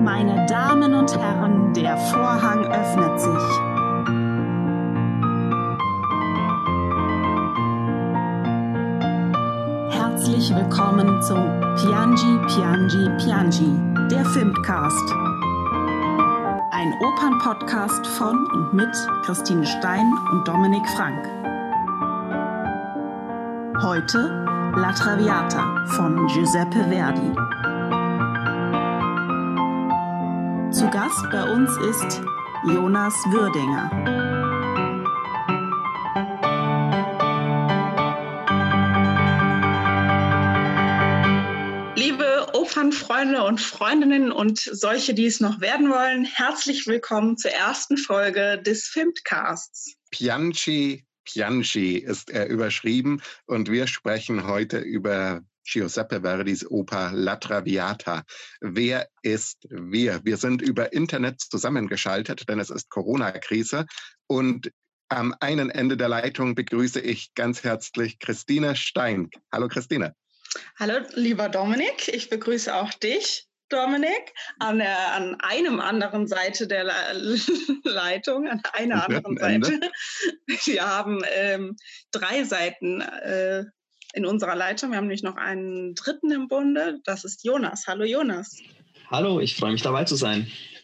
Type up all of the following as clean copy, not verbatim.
Meine Damen und Herren, der Vorhang öffnet sich. Herzlich willkommen zum Piangi, Piangi, Piangi, der Filmcast. Ein Opernpodcast von und mit Christine Stein und Dominik Frank. Heute La Traviata von Giuseppe Verdi. Zu Gast bei uns ist Jonas Würdinger. Liebe Opernfreunde und Freundinnen und solche, die es noch werden wollen, herzlich willkommen zur ersten Folge des Filmcasts. Piangi, Piangi ist er überschrieben und wir sprechen heute über Giuseppe Verdis Oper La Traviata. Wer ist wir? Wir sind über Internet zusammengeschaltet, denn es ist Corona-Krise. Und am einen Ende der Leitung begrüße ich ganz herzlich Christine Stein. Hallo Christine. Hallo lieber Dominik, ich begrüße auch dich, Dominik, an einem anderen Seite der Leitung, an einer anderen Seite. Wir haben 3 Seiten in unserer Leitung. Wir haben nämlich noch einen dritten im Bunde. Das ist Jonas. Hallo Jonas. Hallo, ich freue mich dabei zu sein.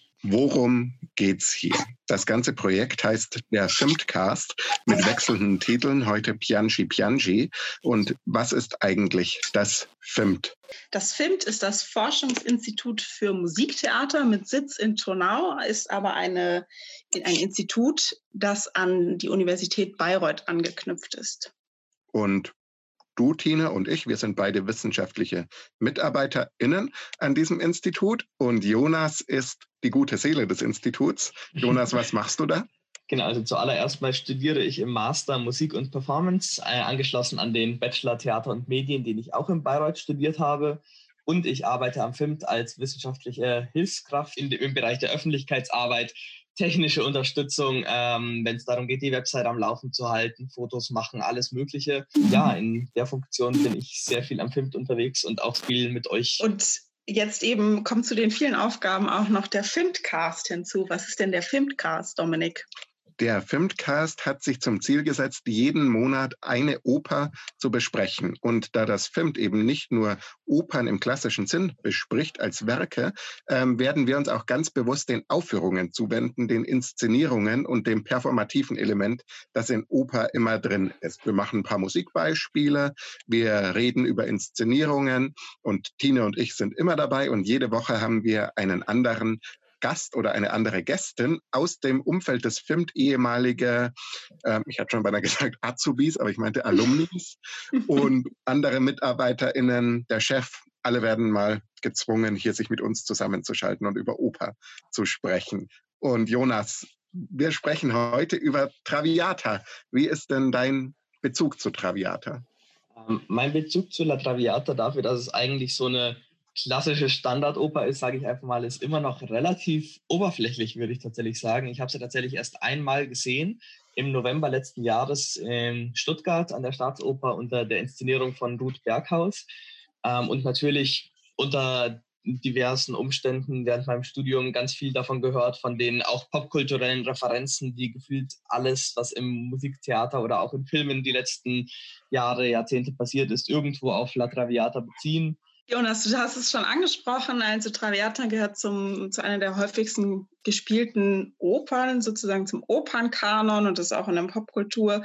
Worum geht's hier? Das ganze Projekt heißt der Filmcast mit wechselnden Titeln, heute Piangi Piangi. Und was ist eigentlich das FIMT? Das FIMT ist das Forschungsinstitut für Musiktheater mit Sitz in Turnau, ist aber ein Institut, das an die Universität Bayreuth angeknüpft ist. Und du, Tina, und ich, wir sind beide wissenschaftliche MitarbeiterInnen an diesem Institut und Jonas ist die gute Seele des Instituts. Jonas, was machst du da? Genau, also zuallererst mal studiere ich im Master Musik und Performance, angeschlossen an den Bachelor Theater und Medien, den ich auch in Bayreuth studiert habe. Und ich arbeite am FIMT als wissenschaftliche Hilfskraft im Bereich der Öffentlichkeitsarbeit, technische Unterstützung, wenn es darum geht, die Website am Laufen zu halten, Fotos machen, alles Mögliche. Ja, in der Funktion bin ich sehr viel am FIMT unterwegs und auch viel mit euch. Und jetzt eben kommt zu den vielen Aufgaben auch noch der Filmcast hinzu. Was ist denn der Filmcast, Dominik? Der Filmcast hat sich zum Ziel gesetzt, jeden Monat eine Oper zu besprechen. Und da das FIMT eben nicht nur Opern im klassischen Sinn bespricht als Werke, werden wir uns auch ganz bewusst den Aufführungen zuwenden, den Inszenierungen und dem performativen Element, das in Oper immer drin ist. Wir machen ein paar Musikbeispiele, wir reden über Inszenierungen und Tine und ich sind immer dabei und jede Woche haben wir einen anderen Gast oder eine andere Gästin aus dem Umfeld des FIMT, ehemalige, ich hatte schon beinahe gesagt Azubis, aber ich meinte Alumnis und andere MitarbeiterInnen, der Chef, alle werden mal gezwungen, hier sich mit uns zusammenzuschalten und über Oper zu sprechen. Und Jonas, wir sprechen heute über Traviata. Wie ist denn dein Bezug zu Traviata? Mein Bezug zu La Traviata dafür, dass es eigentlich so eine klassische Standardoper ist, sage ich einfach mal, ist immer noch relativ oberflächlich, würde ich tatsächlich sagen. Ich habe sie tatsächlich erst einmal gesehen, im November letzten Jahres in Stuttgart an der Staatsoper unter der Inszenierung von Ruth Berghaus. Und natürlich unter diversen Umständen während meinem Studium ganz viel davon gehört, von den auch popkulturellen Referenzen, die gefühlt alles, was im Musiktheater oder auch in Filmen die letzten Jahre, Jahrzehnte passiert ist, irgendwo auf La Traviata beziehen. Jonas, du hast es schon angesprochen, also Traviata gehört zu einer der häufigsten gespielten Opern, sozusagen zum Opernkanon und ist auch in der Popkultur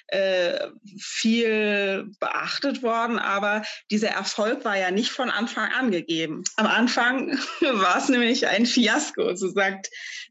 viel beachtet worden, aber dieser Erfolg war ja nicht von Anfang an gegeben. Am Anfang war es nämlich ein Fiasko, so sagt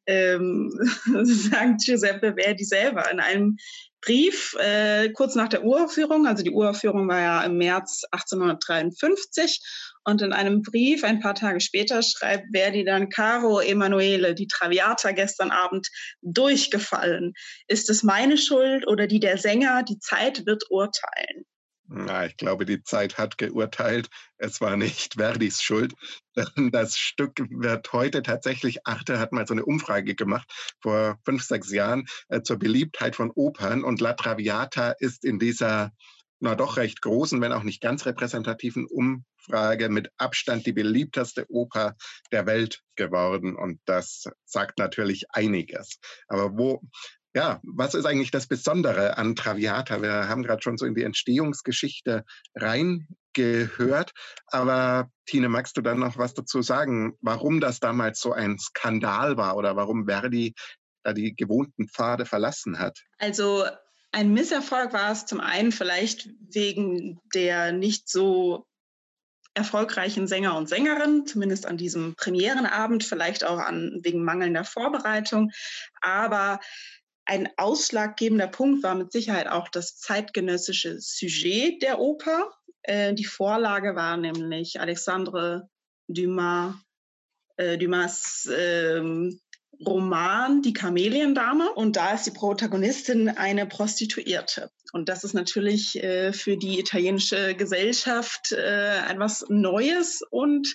Giuseppe Verdi selber in einem Brief kurz nach der Uraufführung, also die Uraufführung war ja im März 1853 und in einem Brief ein paar Tage später schreibt Verdi dann: Caro Emanuele, die Traviata gestern Abend durchgefallen. Ist es meine Schuld oder die der Sänger? Die Zeit wird urteilen. Na, ich glaube, die Zeit hat geurteilt. Es war nicht Verdis Schuld. Das Stück wird heute tatsächlich, Arte hat mal so eine Umfrage gemacht, vor 5, 6 Jahren, zur Beliebtheit von Opern. Und La Traviata ist in dieser na doch recht großen, wenn auch nicht ganz repräsentativen Umfrage mit Abstand die beliebteste Oper der Welt geworden. Und das sagt natürlich einiges. Aber was ist eigentlich das Besondere an Traviata? Wir haben gerade schon so in die Entstehungsgeschichte reingehört. Aber Tine, magst du dann noch was dazu sagen, warum das damals so ein Skandal war oder warum Verdi da die gewohnten Pfade verlassen hat? Also ein Misserfolg war es zum einen vielleicht wegen der nicht so erfolgreichen Sänger und Sängerinnen, zumindest an diesem Premierenabend, vielleicht auch wegen mangelnder Vorbereitung. Aber ein ausschlaggebender Punkt war mit Sicherheit auch das zeitgenössische Sujet der Oper. Die Vorlage war nämlich Alexandre Dumas Roman Die Kameliendame, und da ist die Protagonistin eine Prostituierte. Und das ist natürlich für die italienische Gesellschaft etwas Neues und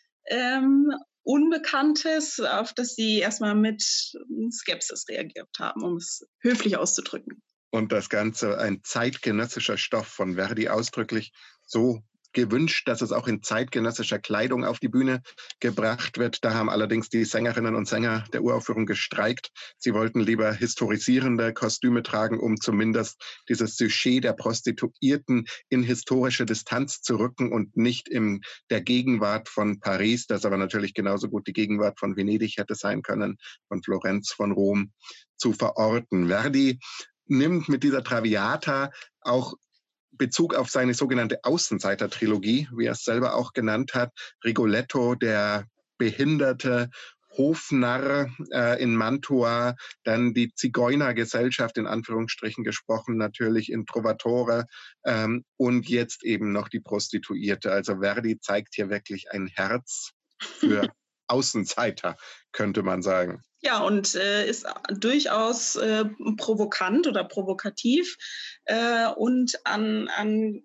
Unbekanntes, auf das sie erstmal mit Skepsis reagiert haben, um es höflich auszudrücken. Und das Ganze ein zeitgenössischer Stoff, von Verdi ausdrücklich so gewünscht, dass es auch in zeitgenössischer Kleidung auf die Bühne gebracht wird. Da haben allerdings die Sängerinnen und Sänger der Uraufführung gestreikt. Sie wollten lieber historisierende Kostüme tragen, um zumindest dieses Sujet der Prostituierten in historische Distanz zu rücken und nicht in der Gegenwart von Paris, das aber natürlich genauso gut die Gegenwart von Venedig hätte sein können, von Florenz, von Rom, zu verorten. Verdi nimmt mit dieser Traviata auch Bezug auf seine sogenannte Außenseiter-Trilogie, wie er es selber auch genannt hat. Rigoletto, der behinderte Hofnarr in Mantua, dann die Zigeunergesellschaft in Anführungsstrichen gesprochen, natürlich in Trovatore und jetzt eben noch die Prostituierte. Also Verdi zeigt hier wirklich ein Herz für Außenseiter, könnte man sagen. Ja, und ist durchaus provokant oder provokativ und an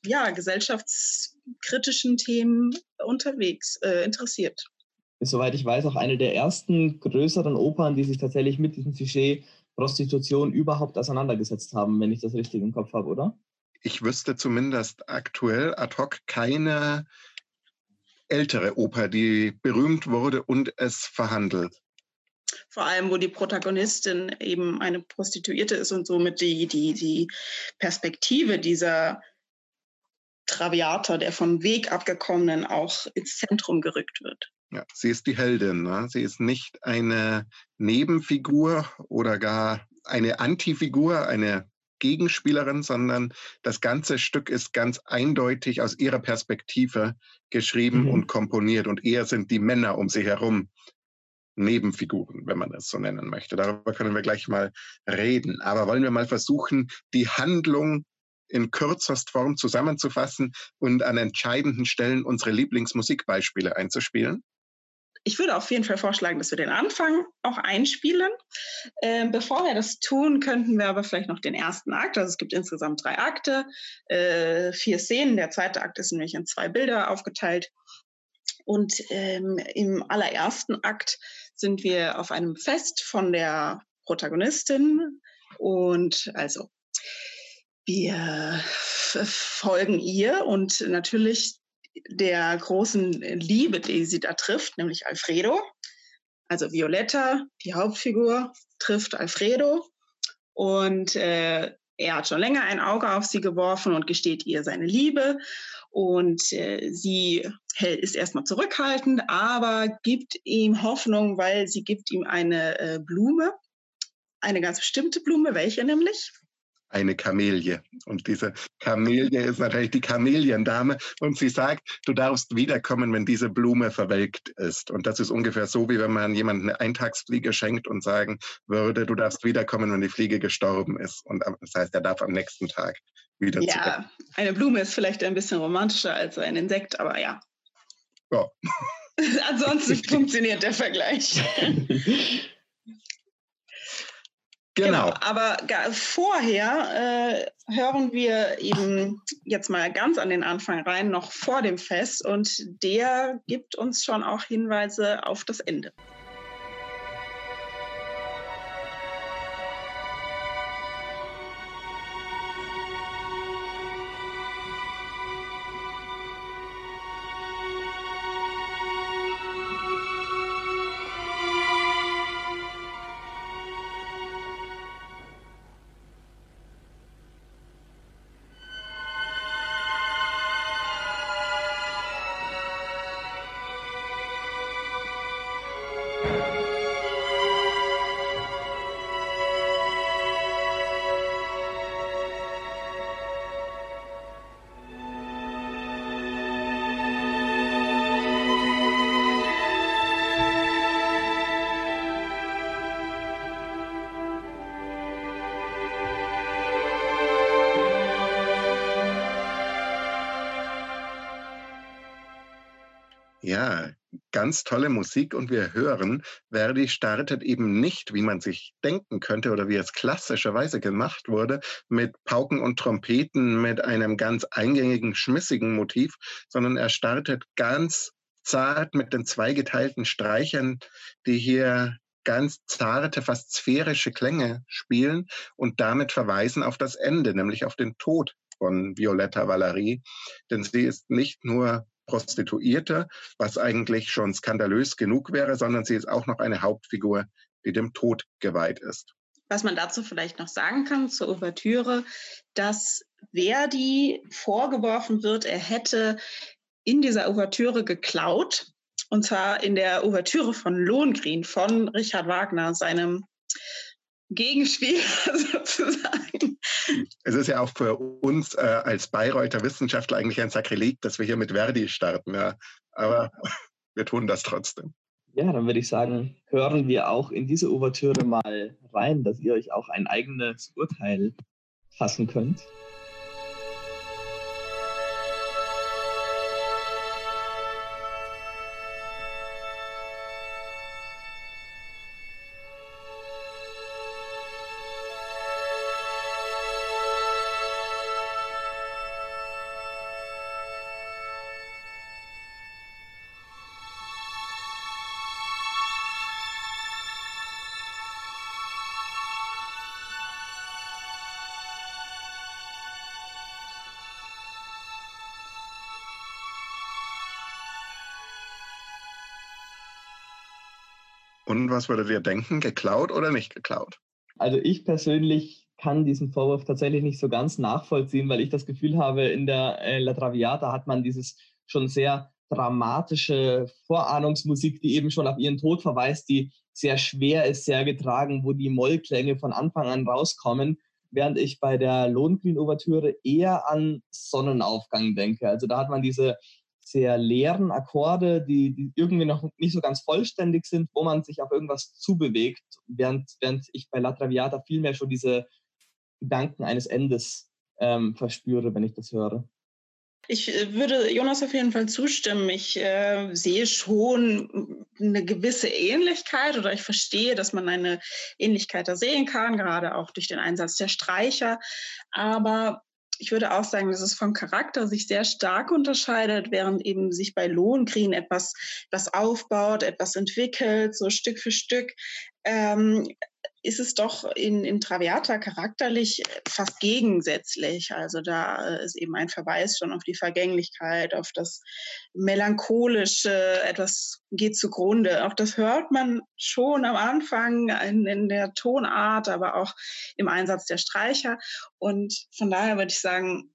gesellschaftskritischen Themen interessiert. Ist, soweit ich weiß, auch eine der ersten größeren Opern, die sich tatsächlich mit diesem Sujet Prostitution überhaupt auseinandergesetzt haben, wenn ich das richtig im Kopf habe, oder? Ich wüsste zumindest aktuell ad hoc keine ältere Oper, die berühmt wurde und es verhandelt. Vor allem, wo die Protagonistin eben eine Prostituierte ist und somit die Perspektive dieser Traviata, der vom Weg abgekommenen, auch ins Zentrum gerückt wird. Ja, sie ist die Heldin. Ne? Sie ist nicht eine Nebenfigur oder gar eine Antifigur, eine Gegenspielerin, sondern das ganze Stück ist ganz eindeutig aus ihrer Perspektive geschrieben und komponiert. Und eher sind die Männer um sie herum Nebenfiguren, wenn man es so nennen möchte. Darüber können wir gleich mal reden. Aber wollen wir mal versuchen, die Handlung in kürzester Form zusammenzufassen und an entscheidenden Stellen unsere Lieblingsmusikbeispiele einzuspielen? Ich würde auf jeden Fall vorschlagen, dass wir den Anfang auch einspielen. Bevor wir das tun, könnten wir aber vielleicht noch den ersten Akt, also es gibt insgesamt 3 Akte, 4 Szenen. Der zweite Akt ist nämlich in 2 Bilder aufgeteilt. Und im allerersten Akt sind wir auf einem Fest von der Protagonistin und also wir folgen ihr und natürlich der großen Liebe, die sie da trifft, nämlich Alfredo. Also Violetta, die Hauptfigur, trifft Alfredo und er hat schon länger ein Auge auf sie geworfen und gesteht ihr seine Liebe. Und sie ist erstmal zurückhaltend, aber gibt ihm Hoffnung, weil sie gibt ihm eine Blume, eine ganz bestimmte Blume. Welche nämlich? Eine Kamelie. Und diese Kamelie ist natürlich die Kameliendame. Und sie sagt, du darfst wiederkommen, wenn diese Blume verwelkt ist. Und das ist ungefähr so, wie wenn man jemandem eine Eintagsfliege schenkt und sagen würde, du darfst wiederkommen, wenn die Fliege gestorben ist. Und das heißt, er darf am nächsten Tag wieder zurück. Ja, eine Blume ist vielleicht ein bisschen romantischer als ein Insekt, aber ja. Ja. Ansonsten funktioniert der Vergleich. Genau, aber vorher hören wir eben jetzt mal ganz an den Anfang rein, noch vor dem Fest, und der gibt uns schon auch Hinweise auf das Ende. Ja, ganz tolle Musik und wir hören, Verdi startet eben nicht, wie man sich denken könnte oder wie es klassischerweise gemacht wurde, mit Pauken und Trompeten, mit einem ganz eingängigen, schmissigen Motiv, sondern er startet ganz zart mit den zweigeteilten Streichern, die hier ganz zarte, fast sphärische Klänge spielen und damit verweisen auf das Ende, nämlich auf den Tod von Violetta Vallery. Denn sie ist nicht nur Prostituierte, was eigentlich schon skandalös genug wäre, sondern sie ist auch noch eine Hauptfigur, die dem Tod geweiht ist. Was man dazu vielleicht noch sagen kann zur Ouvertüre, dass Verdi vorgeworfen wird, er hätte in dieser Ouvertüre geklaut, und zwar in der Ouvertüre von Lohengrin von Richard Wagner, seinem Gegenspieler sozusagen. Es ist ja auch für uns als Bayreuther Wissenschaftler eigentlich ein Sakrileg, dass wir hier mit Verdi starten. Ja. Aber wir tun das trotzdem. Ja, dann würde ich sagen, hören wir auch in diese Ouvertüre mal rein, dass ihr euch auch ein eigenes Urteil fassen könnt. Und was würdet ihr denken? Geklaut oder nicht geklaut? Also ich persönlich kann diesen Vorwurf tatsächlich nicht so ganz nachvollziehen, weil ich das Gefühl habe, in der La Traviata hat man dieses schon sehr dramatische Vorahnungsmusik, die eben schon auf ihren Tod verweist, die sehr schwer ist, sehr getragen, wo die Mollklänge von Anfang an rauskommen, während ich bei der Lohengrin-Ouvertüre eher an Sonnenaufgang denke. Also da hat man diese sehr leeren Akkorde, die irgendwie noch nicht so ganz vollständig sind, wo man sich auf irgendwas zubewegt, während ich bei La Traviata vielmehr schon diese Gedanken eines Endes verspüre, wenn ich das höre. Ich würde Jonas auf jeden Fall zustimmen. Ich sehe schon eine gewisse Ähnlichkeit oder ich verstehe, dass man eine Ähnlichkeit da sehen kann, gerade auch durch den Einsatz der Streicher. Aber ich würde auch sagen, dass es vom Charakter sich sehr stark unterscheidet, während eben sich bei Lohengrin etwas aufbaut, etwas entwickelt, so Stück für Stück. Ist es doch in Traviata charakterlich fast gegensätzlich. Also da ist eben ein Verweis schon auf die Vergänglichkeit, auf das Melancholische, etwas geht zugrunde. Auch das hört man schon am Anfang in der Tonart, aber auch im Einsatz der Streicher. Und von daher würde ich sagen,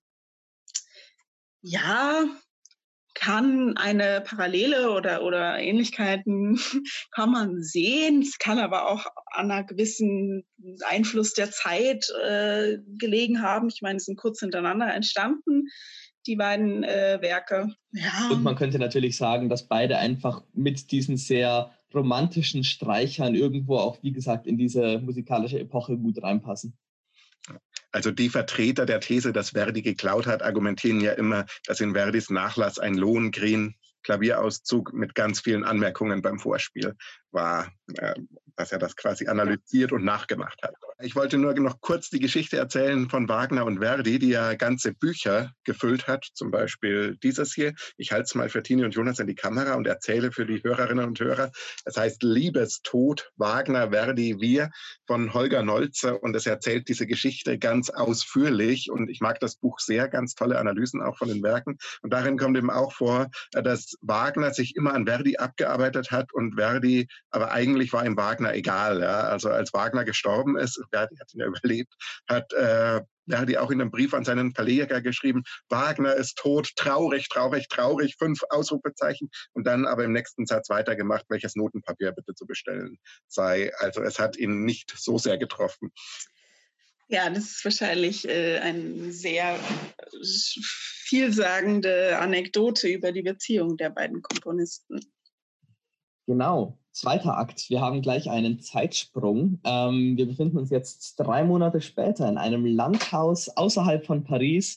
ja, kann eine Parallele oder Ähnlichkeiten kann man sehen. Es kann aber auch an einer gewissen Einfluss der Zeit gelegen haben. Ich meine, es sind kurz hintereinander entstanden, die beiden Werke. Ja. Und man könnte natürlich sagen, dass beide einfach mit diesen sehr romantischen Streichern irgendwo auch, wie gesagt, in diese musikalische Epoche gut reinpassen. Also die Vertreter der These, dass Verdi geklaut hat, argumentieren ja immer, dass in Verdis Nachlass ein Lohengrin-Klavierauszug mit ganz vielen Anmerkungen beim Vorspiel war, dass er das quasi analysiert und nachgemacht hat. Ich wollte nur noch kurz die Geschichte erzählen von Wagner und Verdi, die ja ganze Bücher gefüllt hat, zum Beispiel dieses hier. Ich halte es mal für Tini und Jonas in die Kamera und erzähle für die Hörerinnen und Hörer. Es heißt Liebestod, Wagner, Verdi, wir von Holger Nolze und es erzählt diese Geschichte ganz ausführlich und ich mag das Buch sehr, ganz tolle Analysen auch von den Werken und darin kommt eben auch vor, dass Wagner sich immer an Verdi abgearbeitet hat und Verdi, aber eigentlich war ihm Wagner egal. Ja? Also als Wagner gestorben ist, Verdi hat ihn ja überlebt, hat Verdi auch in einem Brief an seinen Verleger geschrieben, Wagner ist tot, traurig, traurig, traurig, 5 Ausrufezeichen und dann aber im nächsten Satz weitergemacht, welches Notenpapier bitte zu bestellen sei. Also es hat ihn nicht so sehr getroffen. Ja, das ist wahrscheinlich eine sehr vielsagende Anekdote über die Beziehung der beiden Komponisten. Genau, zweiter Akt. Wir haben gleich einen Zeitsprung. Wir befinden uns jetzt 3 Monate später in einem Landhaus außerhalb von Paris.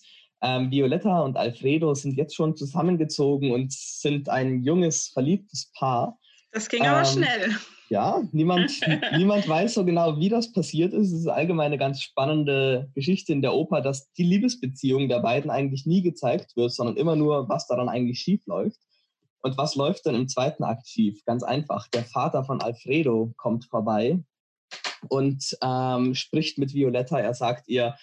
Violetta und Alfredo sind jetzt schon zusammengezogen und sind ein junges, verliebtes Paar. Das ging aber schnell. Ja, niemand weiß so genau, wie das passiert ist. Es ist allgemein eine ganz spannende Geschichte in der Oper, dass die Liebesbeziehung der beiden eigentlich nie gezeigt wird, sondern immer nur, was daran eigentlich schief läuft. Und was läuft dann im zweiten Akt schief? Ganz einfach. Der Vater von Alfredo kommt vorbei und spricht mit Violetta. Er sagt ihr,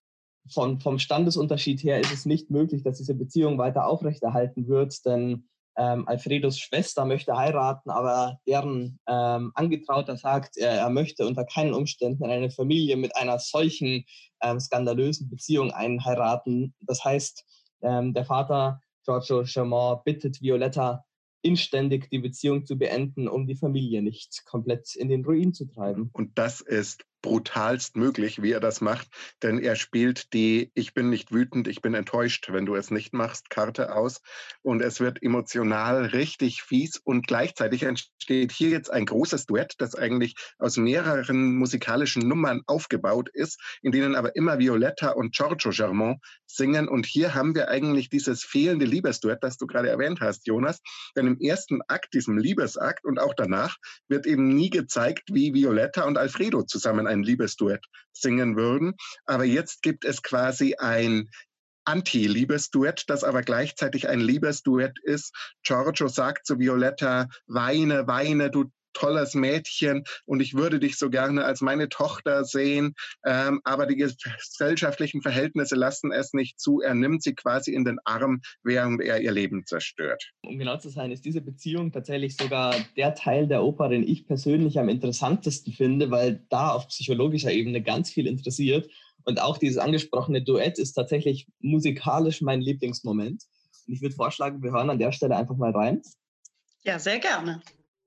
vom Standesunterschied her ist es nicht möglich, dass diese Beziehung weiter aufrechterhalten wird, denn Alfredos Schwester möchte heiraten, aber deren Angetrauter sagt, er möchte unter keinen Umständen in eine Familie mit einer solchen skandalösen Beziehung einheiraten. Das heißt, der Vater Giorgio Germain bittet Violetta inständig, die Beziehung zu beenden, um die Familie nicht komplett in den Ruin zu treiben. Und das ist brutalst möglich, wie er das macht, denn er spielt die "Ich bin nicht wütend, ich bin enttäuscht, wenn du es nicht machst" Karte aus und es wird emotional richtig fies und gleichzeitig entsteht hier jetzt ein großes Duett, das eigentlich aus mehreren musikalischen Nummern aufgebaut ist, in denen aber immer Violetta und Giorgio Germain singen und hier haben wir eigentlich dieses fehlende Liebesduett, das du gerade erwähnt hast, Jonas, denn im ersten Akt, diesem Liebesakt und auch danach wird eben nie gezeigt, wie Violetta und Alfredo zusammen ein Liebesduett singen würden. Aber jetzt gibt es quasi ein Anti-Liebesduett, das aber gleichzeitig ein Liebesduett ist. Giorgio sagt zu Violetta, weine, weine, du tolles Mädchen und ich würde dich so gerne als meine Tochter sehen, aber die gesellschaftlichen Verhältnisse lassen es nicht zu. Er nimmt sie quasi in den Arm, während er ihr Leben zerstört. Um genau zu sein, ist diese Beziehung tatsächlich sogar der Teil der Oper, den ich persönlich am interessantesten finde, weil da auf psychologischer Ebene ganz viel interessiert. Und auch dieses angesprochene Duett ist tatsächlich musikalisch mein Lieblingsmoment. Und ich würde vorschlagen, wir hören an der Stelle einfach mal rein. Ja, sehr gerne.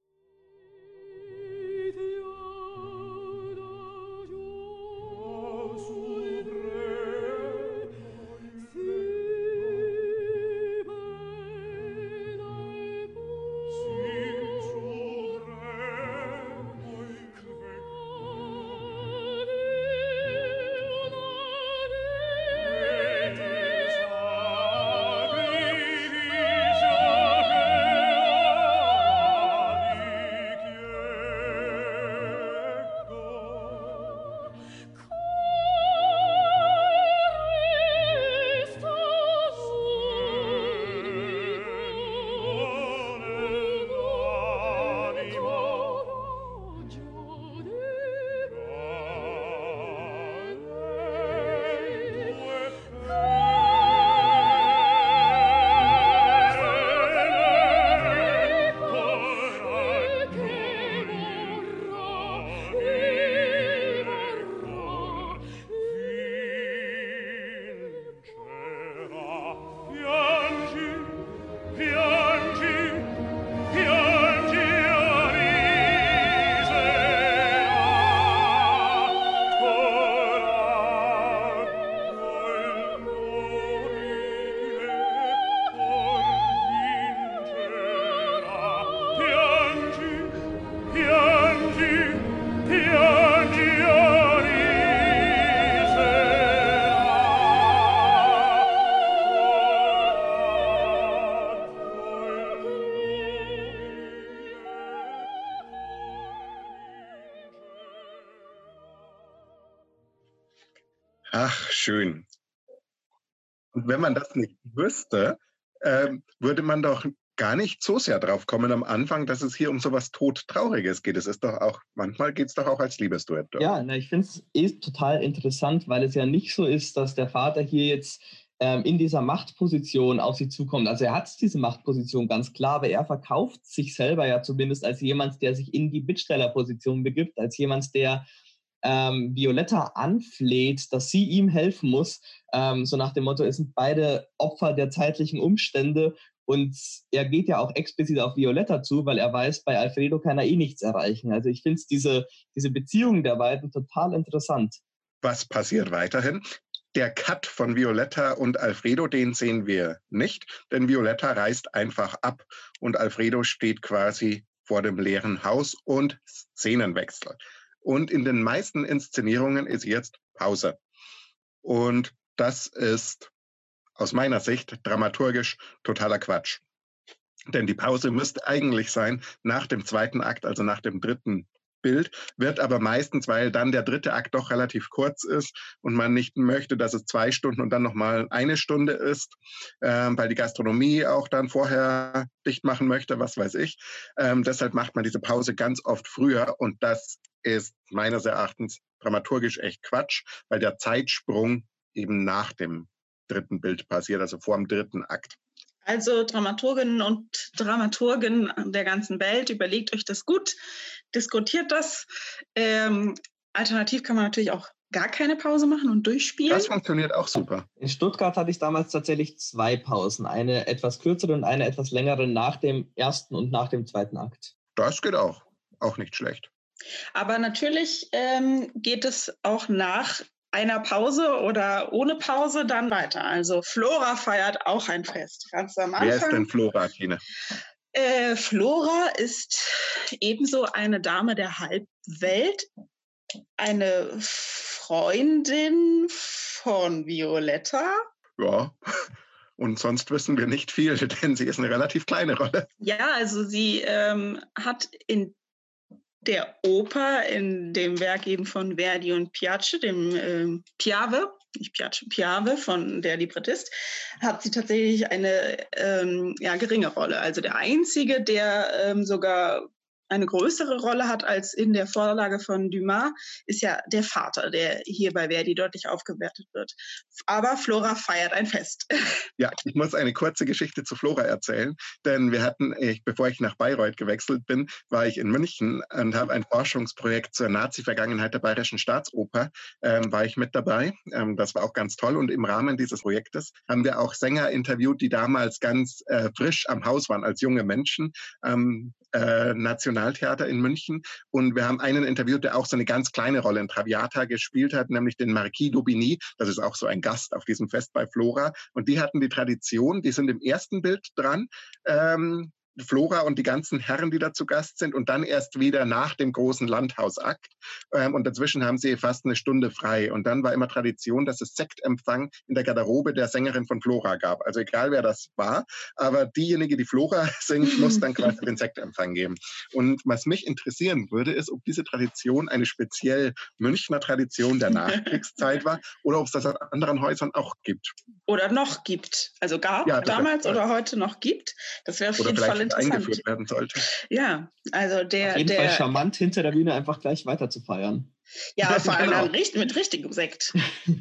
Ach, schön. Und wenn man das nicht wüsste, würde man doch gar nicht so sehr drauf kommen am Anfang, dass es hier um sowas Todtrauriges geht. Es ist doch auch, manchmal geht es doch auch als Liebesduett. Ja, ich finde es total interessant, weil es ja nicht so ist, dass der Vater hier jetzt in dieser Machtposition auf sie zukommt. Also er hat diese Machtposition ganz klar, aber er verkauft sich selber ja zumindest als jemand, der sich in die Bittstellerposition begibt, als jemand, der Violetta anfleht, dass sie ihm helfen muss, so nach dem Motto, es sind beide Opfer der zeitlichen Umstände und er geht ja auch explizit auf Violetta zu, weil er weiß, bei Alfredo kann er eh nichts erreichen. Also ich finde diese Beziehung der beiden total interessant. Was passiert weiterhin? Der Cut von Violetta und Alfredo, den sehen wir nicht, denn Violetta reist einfach ab und Alfredo steht quasi vor dem leeren Haus und Szenenwechsel. Und in den meisten Inszenierungen ist jetzt Pause. Und das ist aus meiner Sicht dramaturgisch totaler Quatsch. Denn die Pause müsste eigentlich sein nach dem zweiten Akt, also nach dem dritten Bild, wird aber meistens, weil dann der dritte Akt doch relativ kurz ist und man nicht möchte, dass es 2 Stunden und dann nochmal 1 Stunde ist, weil die Gastronomie auch dann vorher dicht machen möchte, was weiß ich. Deshalb macht man diese Pause ganz oft früher und das ist meines Erachtens dramaturgisch echt Quatsch, weil der Zeitsprung eben nach dem dritten Bild passiert, also vor dem dritten Akt. Also Dramaturginnen und Dramaturgen der ganzen Welt, überlegt euch das gut, diskutiert das. Alternativ kann man natürlich auch gar keine Pause machen und durchspielen. Das funktioniert auch super. In Stuttgart hatte ich damals tatsächlich 2 Pausen, eine etwas kürzere und eine etwas längere nach dem ersten und nach dem zweiten Akt. Das geht auch nicht schlecht. Aber natürlich geht es auch nach einer Pause oder ohne Pause dann weiter. Also Flora feiert auch ein Fest. Ganz am Anfang. Wer ist denn Flora, Tine? Flora ist ebenso eine Dame der Halbwelt, eine Freundin von Violetta. Ja, und sonst wissen wir nicht viel, denn sie ist eine relativ kleine Rolle. Ja, also sie hat in der Oper, in dem Werk eben von Verdi und Piace, dem Piave, nicht Piace, Piave, von der Librettist, hat sie tatsächlich eine geringe Rolle. Also der Einzige, der sogar eine größere Rolle hat als in der Vorlage von Dumas, ist ja der Vater, der hier bei Verdi deutlich aufgewertet wird. Aber Flora feiert ein Fest. Ja, ich muss eine kurze Geschichte zu Flora erzählen, denn bevor ich nach Bayreuth gewechselt bin, war ich in München und habe ein Forschungsprojekt zur Nazi-Vergangenheit der Bayerischen Staatsoper, war ich mit dabei. Das war auch ganz toll und im Rahmen dieses Projektes haben wir auch Sänger interviewt, die damals ganz frisch am Haus waren als junge Menschen. Nationaltheater in München und wir haben einen interviewt, der auch so eine ganz kleine Rolle in Traviata gespielt hat, nämlich den Marquis d'Aubigny. Das ist auch so ein Gast auf diesem Fest bei Flora und die hatten die Tradition, die sind im ersten Bild dran, Flora und die ganzen Herren, die da zu Gast sind und dann erst wieder nach dem großen Landhausakt und dazwischen haben sie fast eine Stunde frei und dann war immer Tradition, dass es Sektempfang in der Garderobe der Sängerin von Flora gab. Also egal, wer das war, aber diejenige, die Flora singt, muss dann quasi den Sektempfang geben. Und was mich interessieren würde, ist, ob diese Tradition eine speziell Münchner Tradition der Nachkriegszeit war oder ob es das an anderen Häusern auch gibt. Oder noch gibt. Also gab damals oder heute noch gibt. Das wäre auf jeden Fall interessant. Eingeführt werden sollte. Ja, also auf jeden Fall charmant hinter der Bühne einfach gleich weiter zu feiern. Ja, vor allem dann mit richtigem Sekt.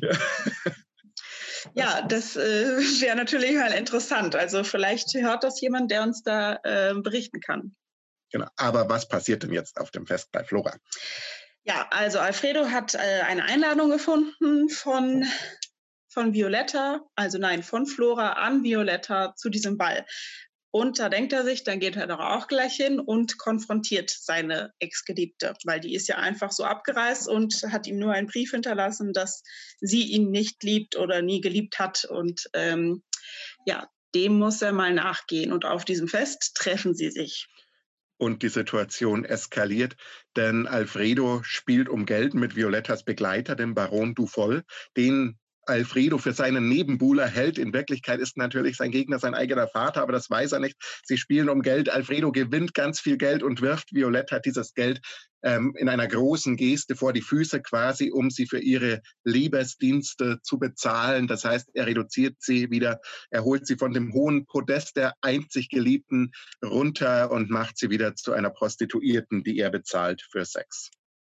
Ja, das wäre natürlich mal interessant. Also vielleicht hört das jemand, der uns da berichten kann. Genau. Aber was passiert denn jetzt auf dem Fest bei Flora? Ja, also Alfredo hat eine Einladung gefunden von Violetta, von Flora an Violetta zu diesem Ball. Und da denkt er sich, dann geht er doch auch gleich hin und konfrontiert seine Ex-Geliebte, weil die ist ja einfach so abgereist und hat ihm nur einen Brief hinterlassen, dass sie ihn nicht liebt oder nie geliebt hat. Und dem muss er mal nachgehen. Und auf diesem Fest treffen sie sich. Und die Situation eskaliert, denn Alfredo spielt um Geld mit Violettas Begleiter, dem Baron Dufoll, den Alfredo für seinen Nebenbuhler hält. In Wirklichkeit ist natürlich sein Gegner sein eigener Vater, aber das weiß er nicht. Sie spielen um Geld. Alfredo gewinnt ganz viel Geld und wirft Violetta dieses Geld in einer großen Geste vor die Füße quasi, um sie für ihre Liebesdienste zu bezahlen. Das heißt, er reduziert sie wieder, er holt sie von dem hohen Podest der einzig Geliebten runter und macht sie wieder zu einer Prostituierten, die er bezahlt für Sex.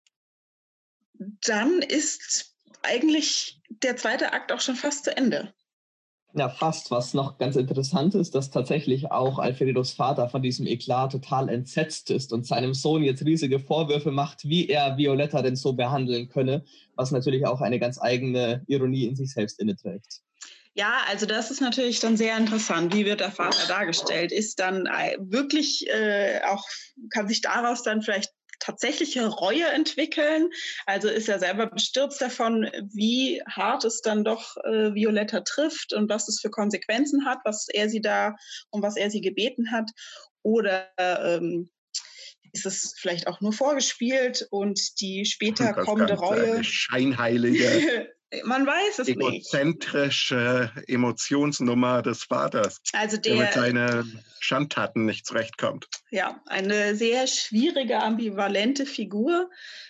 Dann ist eigentlich der zweite Akt auch schon fast zu Ende. Ja, fast. Was noch ganz interessant ist, dass tatsächlich auch Alfredos Vater von diesem Eklat total entsetzt ist und seinem Sohn jetzt riesige Vorwürfe macht, wie er Violetta denn so behandeln könne, was natürlich auch eine ganz eigene Ironie in sich selbst inneträgt. Ja, also das ist natürlich dann sehr interessant. Wie wird der Vater dargestellt? Ist dann wirklich kann sich daraus dann vielleicht tatsächliche Reue entwickeln? Also ist er selber bestürzt davon, wie hart es dann doch Violetta trifft und was es für Konsequenzen hat, was er sie gebeten hat? Oder ist es vielleicht auch nur vorgespielt und die später kommende Reue? Eine scheinheilige Man weiß es nicht. Egozentrische Emotionsnummer des Vaters, Also der mit seinen Schandtaten nicht zurechtkommt. Ja, eine sehr schwierige, ambivalente Figur.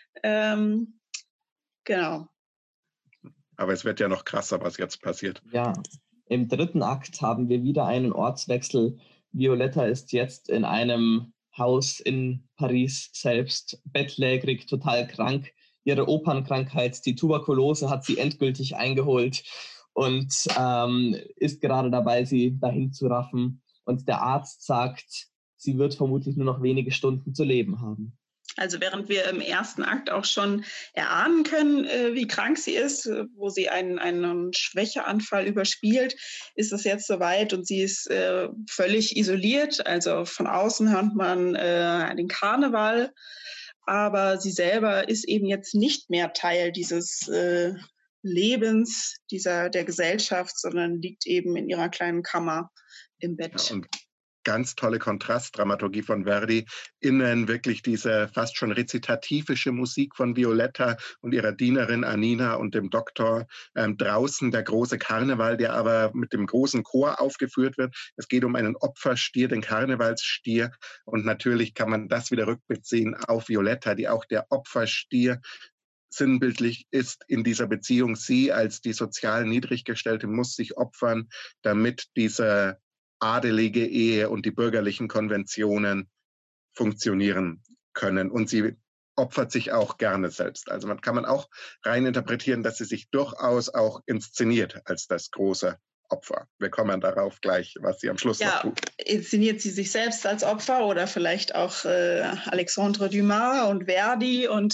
Genau. Aber es wird ja noch krasser, was jetzt passiert. Ja, im 3. Akt haben wir wieder einen Ortswechsel. Violetta ist jetzt in einem Haus in Paris selbst, bettlägerig, total krank. Ihre Opernkrankheit, die Tuberkulose, hat sie endgültig eingeholt und ist gerade dabei, sie dahin zu raffen. Und der Arzt sagt, sie wird vermutlich nur noch wenige Stunden zu leben haben. Also während wir im 1. Akt auch schon erahnen können, wie krank sie ist, wo sie einen Schwächeanfall überspielt, ist es jetzt soweit und sie ist völlig isoliert. Also von außen hört man den Karneval, aber sie selber ist eben jetzt nicht mehr Teil dieses Lebens, der Gesellschaft, sondern liegt eben in ihrer kleinen Kammer im Bett. Ja, und ganz tolle Kontrastdramaturgie von Verdi, innen wirklich diese fast schon rezitativische Musik von Violetta und ihrer Dienerin Anina und dem Doktor, draußen der große Karneval, der aber mit dem großen Chor aufgeführt wird. Es geht um einen Opferstier, den Karnevalsstier, und natürlich kann man das wieder rückbeziehen auf Violetta, die auch der Opferstier sinnbildlich ist in dieser Beziehung. Sie als die sozial Niedriggestellte muss sich opfern, damit diese adelige Ehe und die bürgerlichen Konventionen funktionieren können. Und sie opfert sich auch gerne selbst. Also kann man auch rein interpretieren, dass sie sich durchaus auch inszeniert als das große Opfer. Wir kommen darauf gleich, was sie am Schluss noch tut. Inszeniert sie sich selbst als Opfer oder vielleicht auch Alexandre Dumas und Verdi und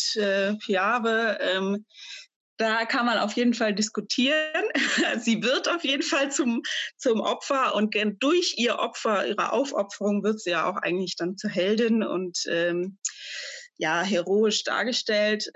Piave. Da kann man auf jeden Fall diskutieren. Sie wird auf jeden Fall zum Opfer und durch ihre Aufopferung wird sie ja auch eigentlich dann zur Heldin und heroisch dargestellt.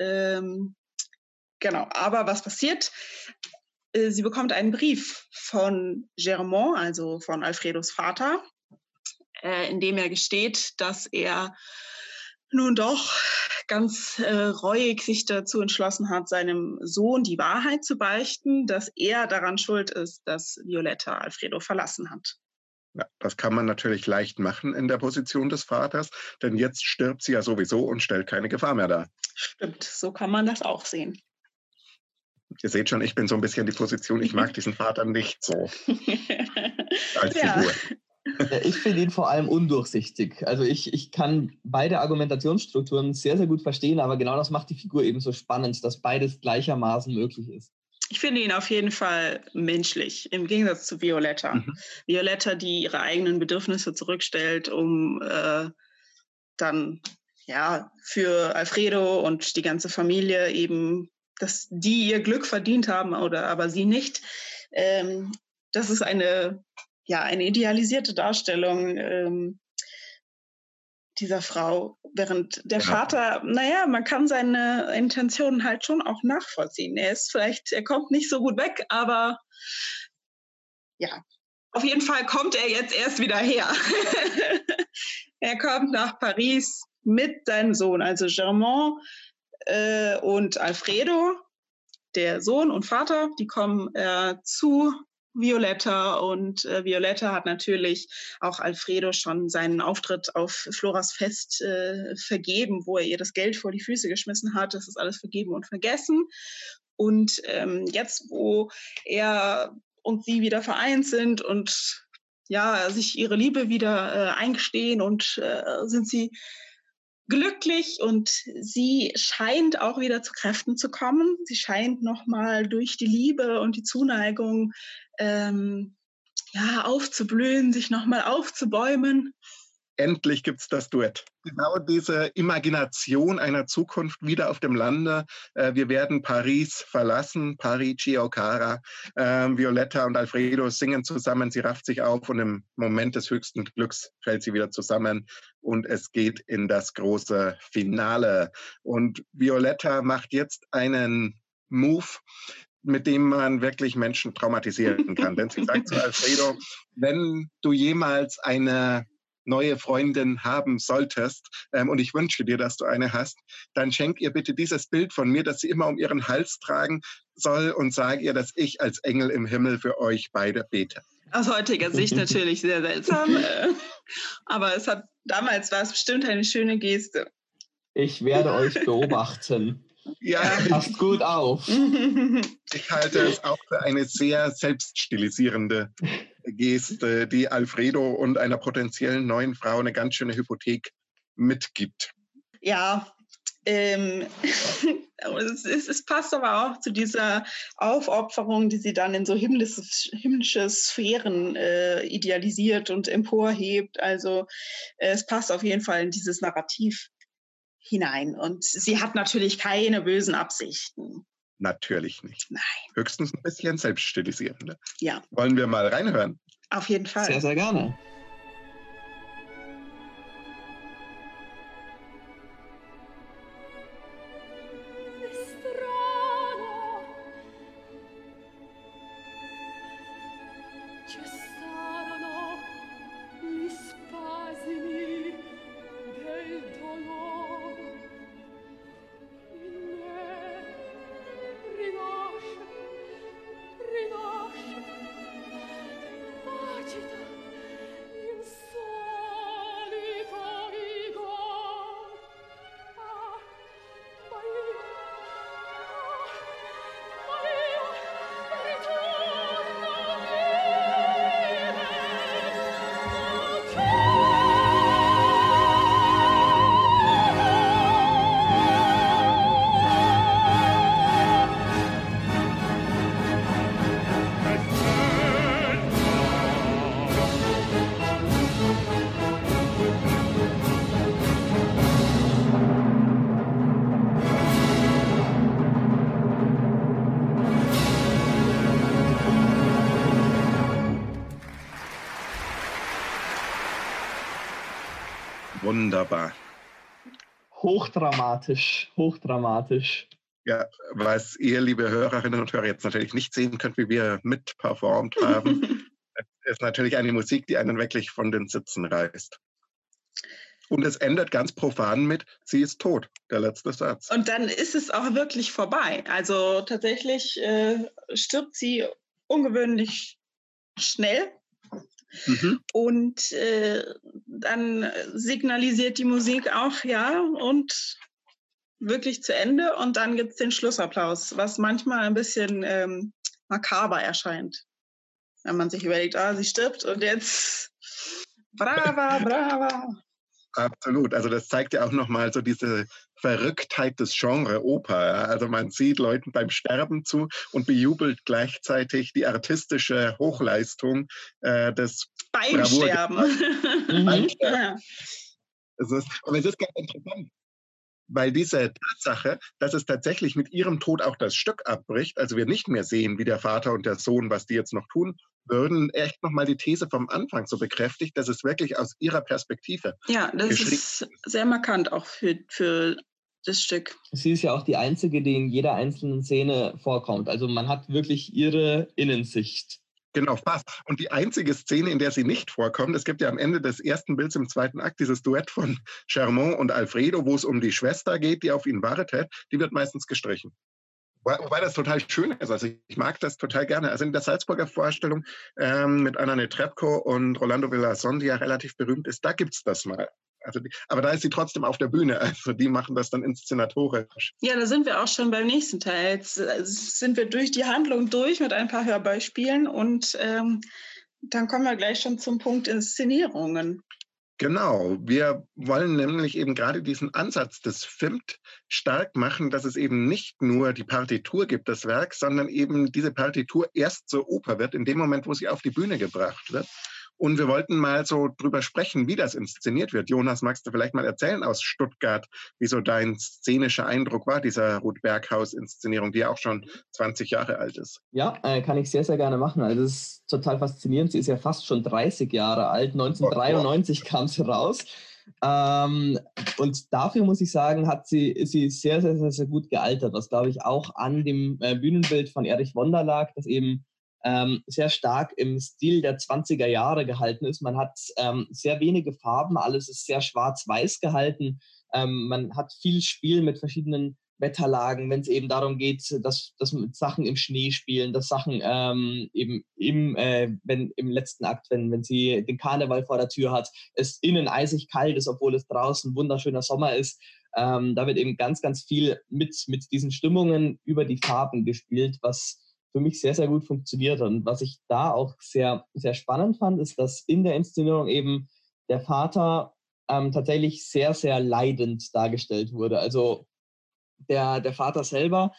Genau, aber was passiert? Sie bekommt einen Brief von Germont, also von Alfredos Vater, in dem er gesteht, dass er nun doch ganz reuig sich dazu entschlossen hat, seinem Sohn die Wahrheit zu beichten, dass er daran schuld ist, dass Violetta Alfredo verlassen hat. Ja, das kann man natürlich leicht machen in der Position des Vaters, denn jetzt stirbt sie ja sowieso und stellt keine Gefahr mehr dar. Stimmt, so kann man das auch sehen. Ihr seht schon, ich bin so ein bisschen die Position, ich mag diesen Vater nicht so als Figur. Ich finde ihn vor allem undurchsichtig. Also ich kann beide Argumentationsstrukturen sehr, sehr gut verstehen, aber genau das macht die Figur eben so spannend, dass beides gleichermaßen möglich ist. Ich finde ihn auf jeden Fall menschlich, im Gegensatz zu Violetta. Mhm. Violetta, die ihre eigenen Bedürfnisse zurückstellt, um dann für Alfredo und die ganze Familie eben, dass die ihr Glück verdient haben, aber sie nicht. Das ist eine idealisierte Darstellung dieser Frau, während der Vater, man kann seine Intentionen halt schon auch nachvollziehen. Er kommt nicht so gut weg, aber auf jeden Fall kommt er jetzt erst wieder her. Er kommt nach Paris mit seinem Sohn, also Germont und Alfredo, der Sohn und Vater, die kommen zu Violetta und Violetta hat natürlich auch Alfredo schon seinen Auftritt auf Floras Fest vergeben, wo er ihr das Geld vor die Füße geschmissen hat. Das ist alles vergeben und vergessen. Und jetzt, wo er und sie wieder vereint sind und sich ihre Liebe wieder eingestehen und sind sie glücklich und sie scheint auch wieder zu Kräften zu kommen. Sie scheint nochmal durch die Liebe und die Zuneigung aufzublühen, sich nochmal aufzubäumen. Endlich gibt es das Duett. Genau diese Imagination einer Zukunft wieder auf dem Lande. Wir werden Paris verlassen, Parigi Cara. Violetta und Alfredo singen zusammen, sie rafft sich auf und im Moment des höchsten Glücks fällt sie wieder zusammen und es geht in das große Finale. Und Violetta macht jetzt einen Move, mit dem man wirklich Menschen traumatisieren kann. Denn sie sagt zu Alfredo, wenn du jemals eine neue Freundin haben solltest, und ich wünsche dir, dass du eine hast, dann schenk ihr bitte dieses Bild von mir, das sie immer um ihren Hals tragen soll, und sag ihr, dass ich als Engel im Himmel für euch beide bete. Aus heutiger Sicht natürlich sehr seltsam, aber damals war es bestimmt eine schöne Geste. Ich werde euch beobachten. Ja, passt gut auf. Ich halte es auch für eine sehr selbststilisierende Geste, die Alfredo und einer potenziellen neuen Frau eine ganz schöne Hypothek mitgibt. Ja, es passt aber auch zu dieser Aufopferung, die sie dann in so himmlische Sphären idealisiert und emporhebt. Also es passt auf jeden Fall in dieses Narrativ hinein. Und sie hat natürlich keine bösen Absichten. Natürlich nicht. Nein. Höchstens ein bisschen selbststilisierende. Ja. Wollen wir mal reinhören? Auf jeden Fall. Sehr, sehr gerne. Wunderbar. Hochdramatisch, hochdramatisch. Ja, was ihr, liebe Hörerinnen und Hörer, jetzt natürlich nicht sehen könnt, wie wir mitperformt haben, ist natürlich eine Musik, die einen wirklich von den Sitzen reißt. Und es endet ganz profan mit, sie ist tot, der letzte Satz. Und dann ist es auch wirklich vorbei. Also tatsächlich stirbt sie ungewöhnlich schnell. Und dann signalisiert die Musik auch, ja, und wirklich zu Ende. Und dann gibt es den Schlussapplaus, was manchmal ein bisschen makaber erscheint. Wenn man sich überlegt, sie stirbt und jetzt brava, brava. Absolut. Also das zeigt ja auch nochmal so diese Verrücktheit des Genre Oper. Also man sieht Leuten beim Sterben zu und bejubelt gleichzeitig die artistische Hochleistung des beim Sterben. Beim Sterben. Ja. Und es ist ganz interessant, weil diese Tatsache, dass es tatsächlich mit ihrem Tod auch das Stück abbricht, also wir nicht mehr sehen, wie der Vater und der Sohn, was die jetzt noch tun würden, echt nochmal die These vom Anfang so bekräftigt, dass es wirklich aus ihrer Perspektive das ist sehr markant auch für das Stück. Sie ist ja auch die Einzige, die in jeder einzelnen Szene vorkommt. Also man hat wirklich ihre Innensicht. Genau, fast. Und die einzige Szene, in der sie nicht vorkommt, es gibt ja am Ende des ersten Bilds im zweiten Akt dieses Duett von Germain und Alfredo, wo es um die Schwester geht, die auf ihn wartet, die wird meistens gestrichen. Wobei das total schön ist. Also ich mag das total gerne. Also in der Salzburger Vorstellung mit Anna Netrebko und Rolando Villazón, die ja relativ berühmt ist, da gibt es das mal. Also aber da ist sie trotzdem auf der Bühne. Also die machen das dann inszenatorisch. Ja, da sind wir auch schon beim nächsten Teil. Jetzt sind wir durch die Handlung durch mit ein paar Hörbeispielen und dann kommen wir gleich schon zum Punkt Inszenierungen. Genau, wir wollen nämlich eben gerade diesen Ansatz des FIMT stark machen, dass es eben nicht nur die Partitur gibt, das Werk, sondern eben diese Partitur erst zur Oper wird, in dem Moment, wo sie auf die Bühne gebracht wird. Und wir wollten mal so drüber sprechen, wie das inszeniert wird. Jonas, magst du vielleicht mal erzählen aus Stuttgart, wie so dein szenischer Eindruck war, dieser Ruth Berghaus-Inszenierung, die ja auch schon 20 Jahre alt ist? Ja, kann ich sehr, sehr gerne machen. Also das ist total faszinierend. Sie ist ja fast schon 30 Jahre alt. 1993 kam sie raus. Und dafür muss ich sagen, ist sie sehr, sehr, sehr, sehr gut gealtert, was glaube ich auch an dem Bühnenbild von Erich Wonder lag, das eben sehr stark im Stil der 20er Jahre gehalten ist. Man hat sehr wenige Farben, alles ist sehr schwarz-weiß gehalten. Man hat viel Spiel mit verschiedenen Wetterlagen, wenn es eben darum geht, dass Sachen im Schnee spielen, dass Sachen eben wenn im letzten Akt, wenn sie den Karneval vor der Tür hat, es innen eisig kalt ist, obwohl es draußen wunderschöner Sommer ist. Da wird eben ganz, ganz viel mit diesen Stimmungen über die Farben gespielt, was für mich sehr, sehr gut funktioniert. Und was ich da auch sehr, sehr spannend fand, ist, dass in der Inszenierung eben der Vater tatsächlich sehr, sehr leidend dargestellt wurde. Also der Vater selber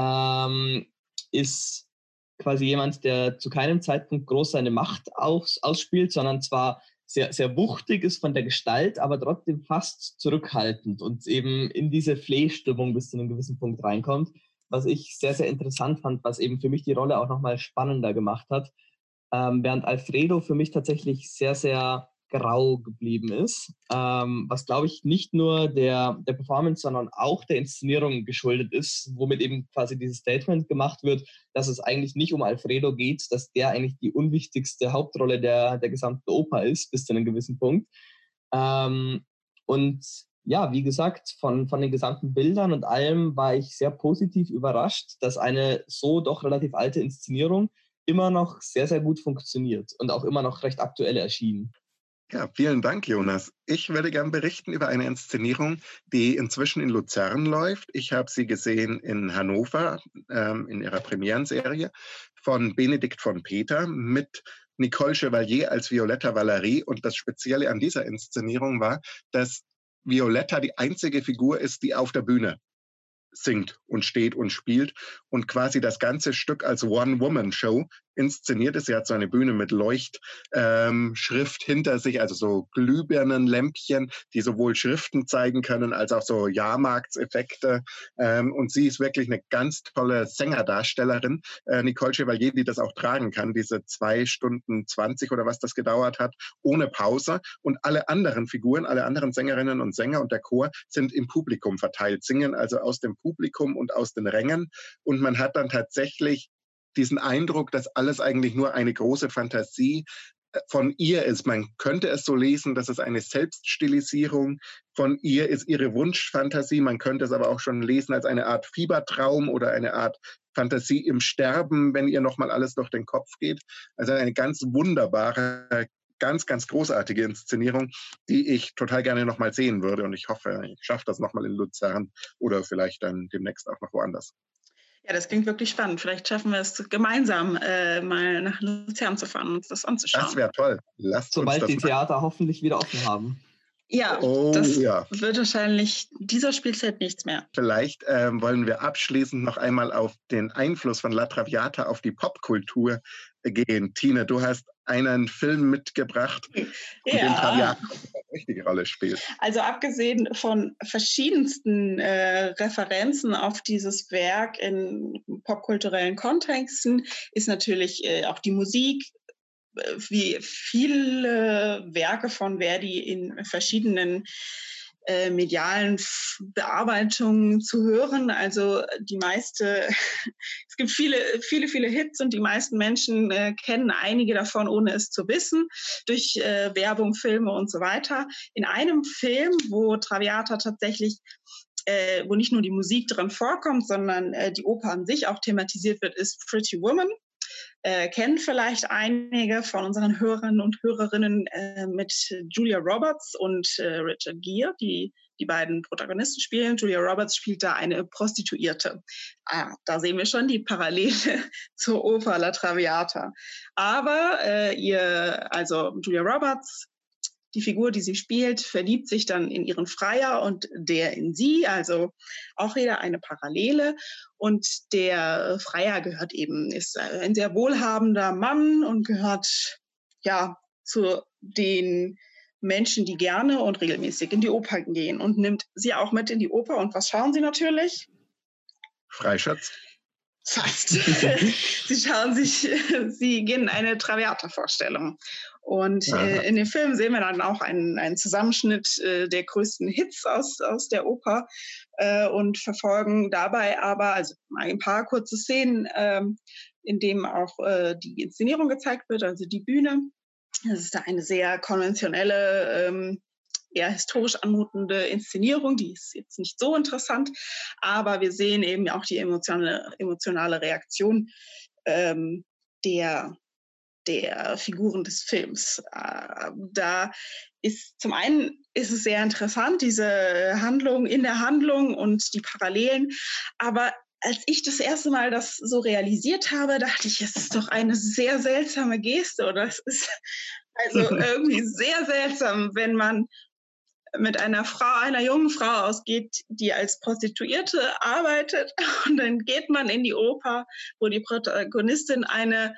ist quasi jemand, der zu keinem Zeitpunkt groß seine Macht ausspielt, sondern zwar sehr, sehr wuchtig ist von der Gestalt, aber trotzdem fast zurückhaltend und eben in diese Flehstimmung bis zu einem gewissen Punkt reinkommt, was ich sehr, sehr interessant fand, was eben für mich die Rolle auch nochmal spannender gemacht hat, während Alfredo für mich tatsächlich sehr, sehr grau geblieben ist, was, glaube ich, nicht nur der Performance, sondern auch der Inszenierung geschuldet ist, womit eben quasi dieses Statement gemacht wird, dass es eigentlich nicht um Alfredo geht, dass der eigentlich die unwichtigste Hauptrolle der gesamten Oper ist, bis zu einem gewissen Punkt. Und ja, wie gesagt, von den gesamten Bildern und allem war ich sehr positiv überrascht, dass eine so doch relativ alte Inszenierung immer noch sehr, sehr gut funktioniert und auch immer noch recht aktuell erschien. Ja, vielen Dank, Jonas. Ich würde gern berichten über eine Inszenierung, die inzwischen in Luzern läuft. Ich habe sie gesehen in Hannover in ihrer Premierenserie von Benedikt von Peter mit Nicole Chevalier als Violetta Valerie. Und das Spezielle an dieser Inszenierung war, dass Violetta die einzige Figur ist, die auf der Bühne singt und steht und spielt und quasi das ganze Stück als One-Woman-Show inszeniert ist. Sie hat so eine Bühne mit Leuchtschrift hinter sich, also so Glühbirnenlämpchen, die sowohl Schriften zeigen können, als auch so Jahrmarktseffekte. Und sie ist wirklich eine ganz tolle Sängerdarstellerin, Nicole Chevalier, die das auch tragen kann, diese 2 Stunden 20 oder was das gedauert hat, ohne Pause. Und alle anderen Figuren, alle anderen Sängerinnen und Sänger und der Chor sind im Publikum verteilt, singen also aus dem Publikum und aus den Rängen. Und man hat dann tatsächlich diesen Eindruck, dass alles eigentlich nur eine große Fantasie von ihr ist. Man könnte es so lesen, dass es eine Selbststilisierung von ihr ist, ihre Wunschfantasie. Man könnte es aber auch schon lesen als eine Art Fiebertraum oder eine Art Fantasie im Sterben, wenn ihr nochmal alles durch den Kopf geht. Also eine ganz wunderbare, ganz, ganz großartige Inszenierung, die ich total gerne nochmal sehen würde. Und ich hoffe, ich schaffe das nochmal in Luzern oder vielleicht dann demnächst auch noch woanders. Ja, das klingt wirklich spannend. Vielleicht schaffen wir es gemeinsam, mal nach Luzern zu fahren und uns das anzuschauen. Das wäre toll. Sobald die Theater hoffentlich wieder offen haben. Ja, das wird wahrscheinlich dieser Spielzeit nichts mehr. Vielleicht wollen wir abschließend noch einmal auf den Einfluss von La Traviata auf die Popkultur gehen. Tine, du hast einen Film mitgebracht, in dem Traviata eine wichtige Rolle spielt. Also abgesehen von verschiedensten Referenzen auf dieses Werk in popkulturellen Kontexten ist natürlich auch die Musik, wie viele Werke von Verdi in verschiedenen medialen Bearbeitungen zu hören. Also es gibt viele Hits und die meisten Menschen kennen einige davon, ohne es zu wissen, durch Werbung, Filme und so weiter. In einem Film, wo Traviata tatsächlich wo nicht nur die Musik drin vorkommt, sondern die Oper an sich auch thematisiert wird, ist Pretty Woman. Kennen vielleicht einige von unseren Hörern und Hörerinnen mit Julia Roberts und Richard Gere, die beiden Protagonisten spielen. Julia Roberts spielt da eine Prostituierte. Da sehen wir schon die Parallele zur Oper La Traviata. Aber Julia Roberts, die Figur, die sie spielt, verliebt sich dann in ihren Freier und der in sie, also auch wieder eine Parallele. Und der Freier ist ein sehr wohlhabender Mann und gehört zu den Menschen, die gerne und regelmäßig in die Oper gehen und nimmt sie auch mit in die Oper. Und was schauen sie natürlich? Freischatz. Fast. Sie gehen in eine Traviata-Vorstellung. Und in dem Film sehen wir dann auch einen Zusammenschnitt der größten Hits aus der Oper und verfolgen dabei aber, also ein paar kurze Szenen, in dem auch die Inszenierung gezeigt wird, also die Bühne. Das ist da eine sehr konventionelle, eher historisch anmutende Inszenierung, die ist jetzt nicht so interessant, aber wir sehen eben auch die emotionale Reaktion der Figuren des Films. Da ist zum einen ist es sehr interessant, diese Handlung in der Handlung und die Parallelen, aber als ich das erste Mal das so realisiert habe, dachte ich, es ist doch eine sehr seltsame Geste oder es ist also irgendwie sehr seltsam, wenn man mit einer jungen Frau ausgeht, die als Prostituierte arbeitet und dann geht man in die Oper, wo die Protagonistin eine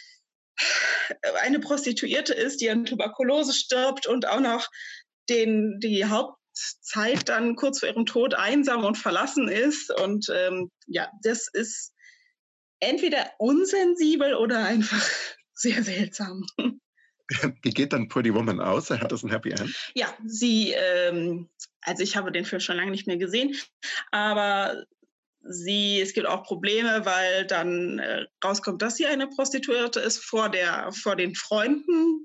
Prostituierte ist, die an Tuberkulose stirbt und auch noch die Hauptzeit dann kurz vor ihrem Tod einsam und verlassen ist. Und das ist entweder unsensibel oder einfach sehr seltsam. Wie geht dann Pretty Woman aus? Hat das ein Happy End? Ja, also ich habe den Film schon lange nicht mehr gesehen, aber es gibt auch Probleme, weil dann rauskommt, dass sie eine Prostituierte ist vor den Freunden,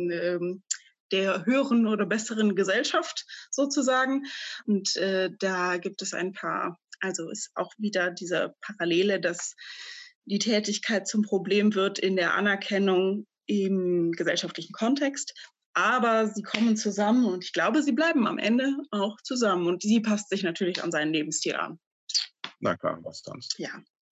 der höheren oder besseren Gesellschaft sozusagen. Und da gibt es also ist auch wieder diese Parallele, dass die Tätigkeit zum Problem wird in der Anerkennung im gesellschaftlichen Kontext. Aber sie kommen zusammen und ich glaube, sie bleiben am Ende auch zusammen. Und sie passt sich natürlich an seinen Lebensstil an. Na klar, was sonst? Ja.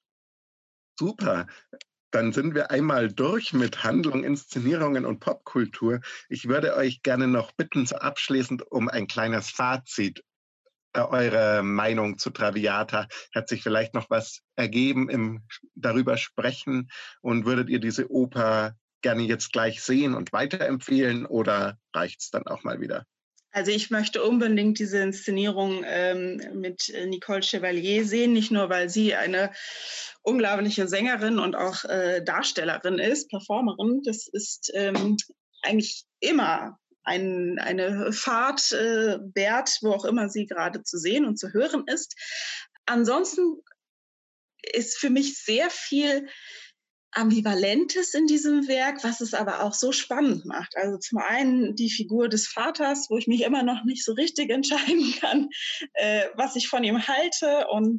Super. Dann sind wir einmal durch mit Handlung, Inszenierungen und Popkultur. Ich würde euch gerne noch bitten, so abschließend um ein kleines Fazit. Eure Meinung zu Traviata. Hat sich vielleicht noch was ergeben im darüber sprechen? Und würdet ihr diese Oper gerne jetzt gleich sehen und weiterempfehlen oder reicht es dann auch mal wieder? Also ich möchte unbedingt diese Inszenierung mit Nicole Chevalier sehen, nicht nur, weil sie eine unglaubliche Sängerin und auch Darstellerin ist, Performerin. Das ist eigentlich immer eine Fahrt wert, wo auch immer sie gerade zu sehen und zu hören ist. Ansonsten ist für mich sehr viel Ambivalentes in diesem Werk, was es aber auch so spannend macht. Also zum einen die Figur des Vaters, wo ich mich immer noch nicht so richtig entscheiden kann, was ich von ihm halte und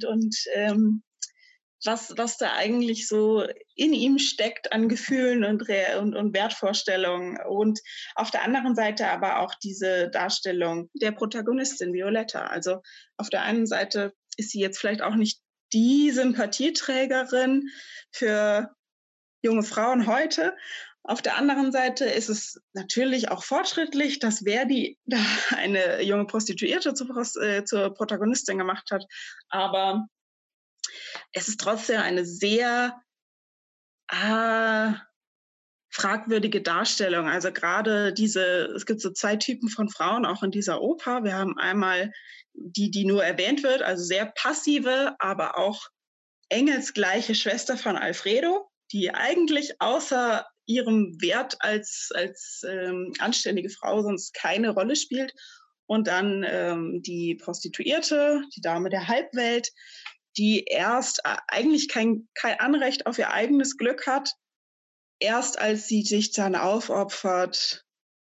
was da eigentlich so in ihm steckt an Gefühlen und Wertvorstellungen. Und auf der anderen Seite aber auch diese Darstellung der Protagonistin Violetta. Also auf der einen Seite ist sie jetzt vielleicht auch nicht die Sympathieträgerin für junge Frauen heute. Auf der anderen Seite ist es natürlich auch fortschrittlich, dass Verdi da eine junge Prostituierte zur Protagonistin gemacht hat. Aber es ist trotzdem eine sehr fragwürdige Darstellung. Also gerade es gibt so zwei Typen von Frauen auch in dieser Oper. Wir haben einmal die nur erwähnt wird, also sehr passive, aber auch engelsgleiche Schwester von Alfredo, die eigentlich außer ihrem Wert als anständige Frau sonst keine Rolle spielt. Und dann die Prostituierte, die Dame der Halbwelt, die erst eigentlich kein Anrecht auf ihr eigenes Glück hat, erst als sie sich dann aufopfert,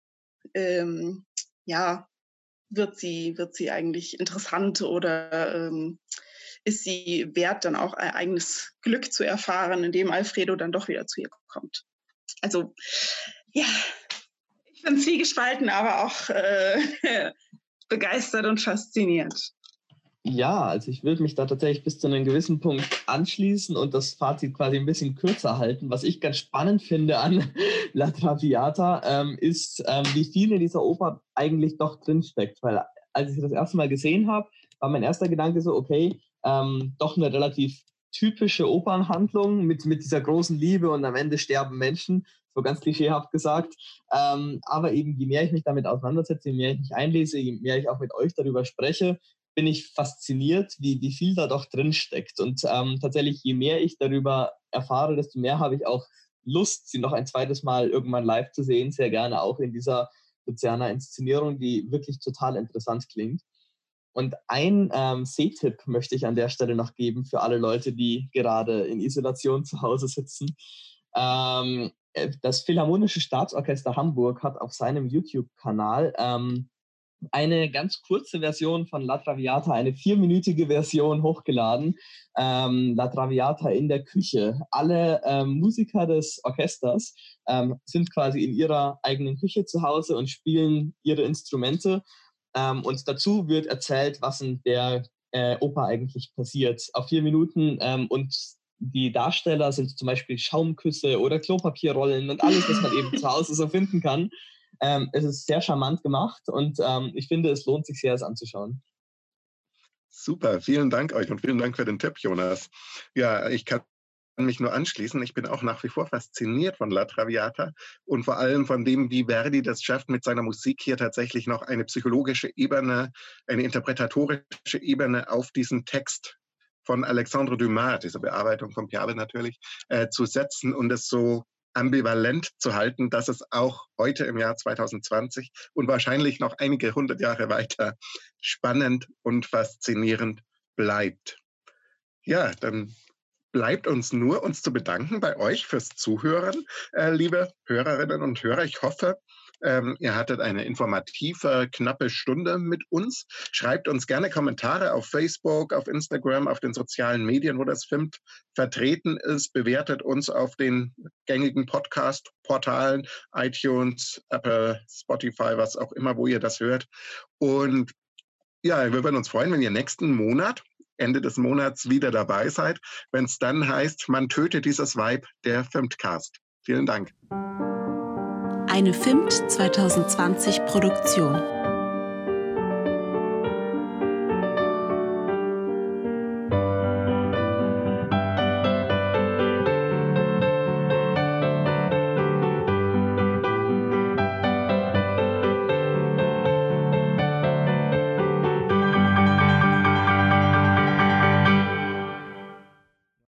wird sie eigentlich interessant oder ist sie wert, dann auch ein eigenes Glück zu erfahren, indem Alfredo dann doch wieder zu ihr kommt. Also, ja, ich bin zwiegespalten, aber auch begeistert und fasziniert. Ja, also ich würde mich da tatsächlich bis zu einem gewissen Punkt anschließen und das Fazit quasi ein bisschen kürzer halten. Was ich ganz spannend finde an La Traviata ist, wie viel in dieser Oper eigentlich doch drinsteckt. Weil als ich das erste Mal gesehen habe, war mein erster Gedanke so, okay, doch eine relativ typische Opernhandlung mit dieser großen Liebe und am Ende sterben Menschen, so ganz klischeehaft gesagt. Aber eben, je mehr ich mich damit auseinandersetze, je mehr ich mich einlese, je mehr ich auch mit euch darüber spreche, bin ich fasziniert, wie viel da doch drin steckt. Und tatsächlich, je mehr ich darüber erfahre, desto mehr habe ich auch Lust, sie noch ein zweites Mal irgendwann live zu sehen, sehr gerne auch in dieser Luzerner Inszenierung, die wirklich total interessant klingt. Und ein Sehtipp möchte ich an der Stelle noch geben für alle Leute, die gerade in Isolation zu Hause sitzen. Das Philharmonische Staatsorchester Hamburg hat auf seinem YouTube-Kanal eine ganz kurze Version von La Traviata, eine 4-minütige Version hochgeladen. La Traviata in der Küche. Alle Musiker des Orchesters sind quasi in ihrer eigenen Küche zu Hause und spielen ihre Instrumente. Und dazu wird erzählt, was in der Oper eigentlich passiert. Auf 4 Minuten und die Darsteller sind zum Beispiel Schaumküsse oder Klopapierrollen und alles, was man eben zu Hause so finden kann. Es ist sehr charmant gemacht und ich finde, es lohnt sich sehr, es anzuschauen. Super, vielen Dank euch und vielen Dank für den Tipp, Jonas. Ja, ich kann mich nur anschließen. Ich bin auch nach wie vor fasziniert von La Traviata und vor allem von dem, wie Verdi das schafft, mit seiner Musik hier tatsächlich noch eine psychologische Ebene, eine interpretatorische Ebene auf diesen Text von Alexandre Dumas, diese Bearbeitung von Piave natürlich, zu setzen und es so ambivalent zu halten, dass es auch heute im Jahr 2020 und wahrscheinlich noch einige 100 Jahre weiter spannend und faszinierend bleibt. Ja, dann bleibt uns nur, uns zu bedanken bei euch fürs Zuhören, liebe Hörerinnen und Hörer. Ich hoffe, ihr hattet eine informative, knappe Stunde mit uns. Schreibt uns gerne Kommentare auf Facebook, auf Instagram, auf den sozialen Medien, wo das FIMT vertreten ist. Bewertet uns auf den gängigen Podcast-Portalen, iTunes, Apple, Spotify, was auch immer, wo ihr das hört. Und ja, wir würden uns freuen, wenn ihr nächsten Monat, Ende des Monats, wieder dabei seid, wenn es dann heißt, man tötet dieses Weib, der FIMTcast. Vielen Dank. Eine FIMT 2020 Produktion.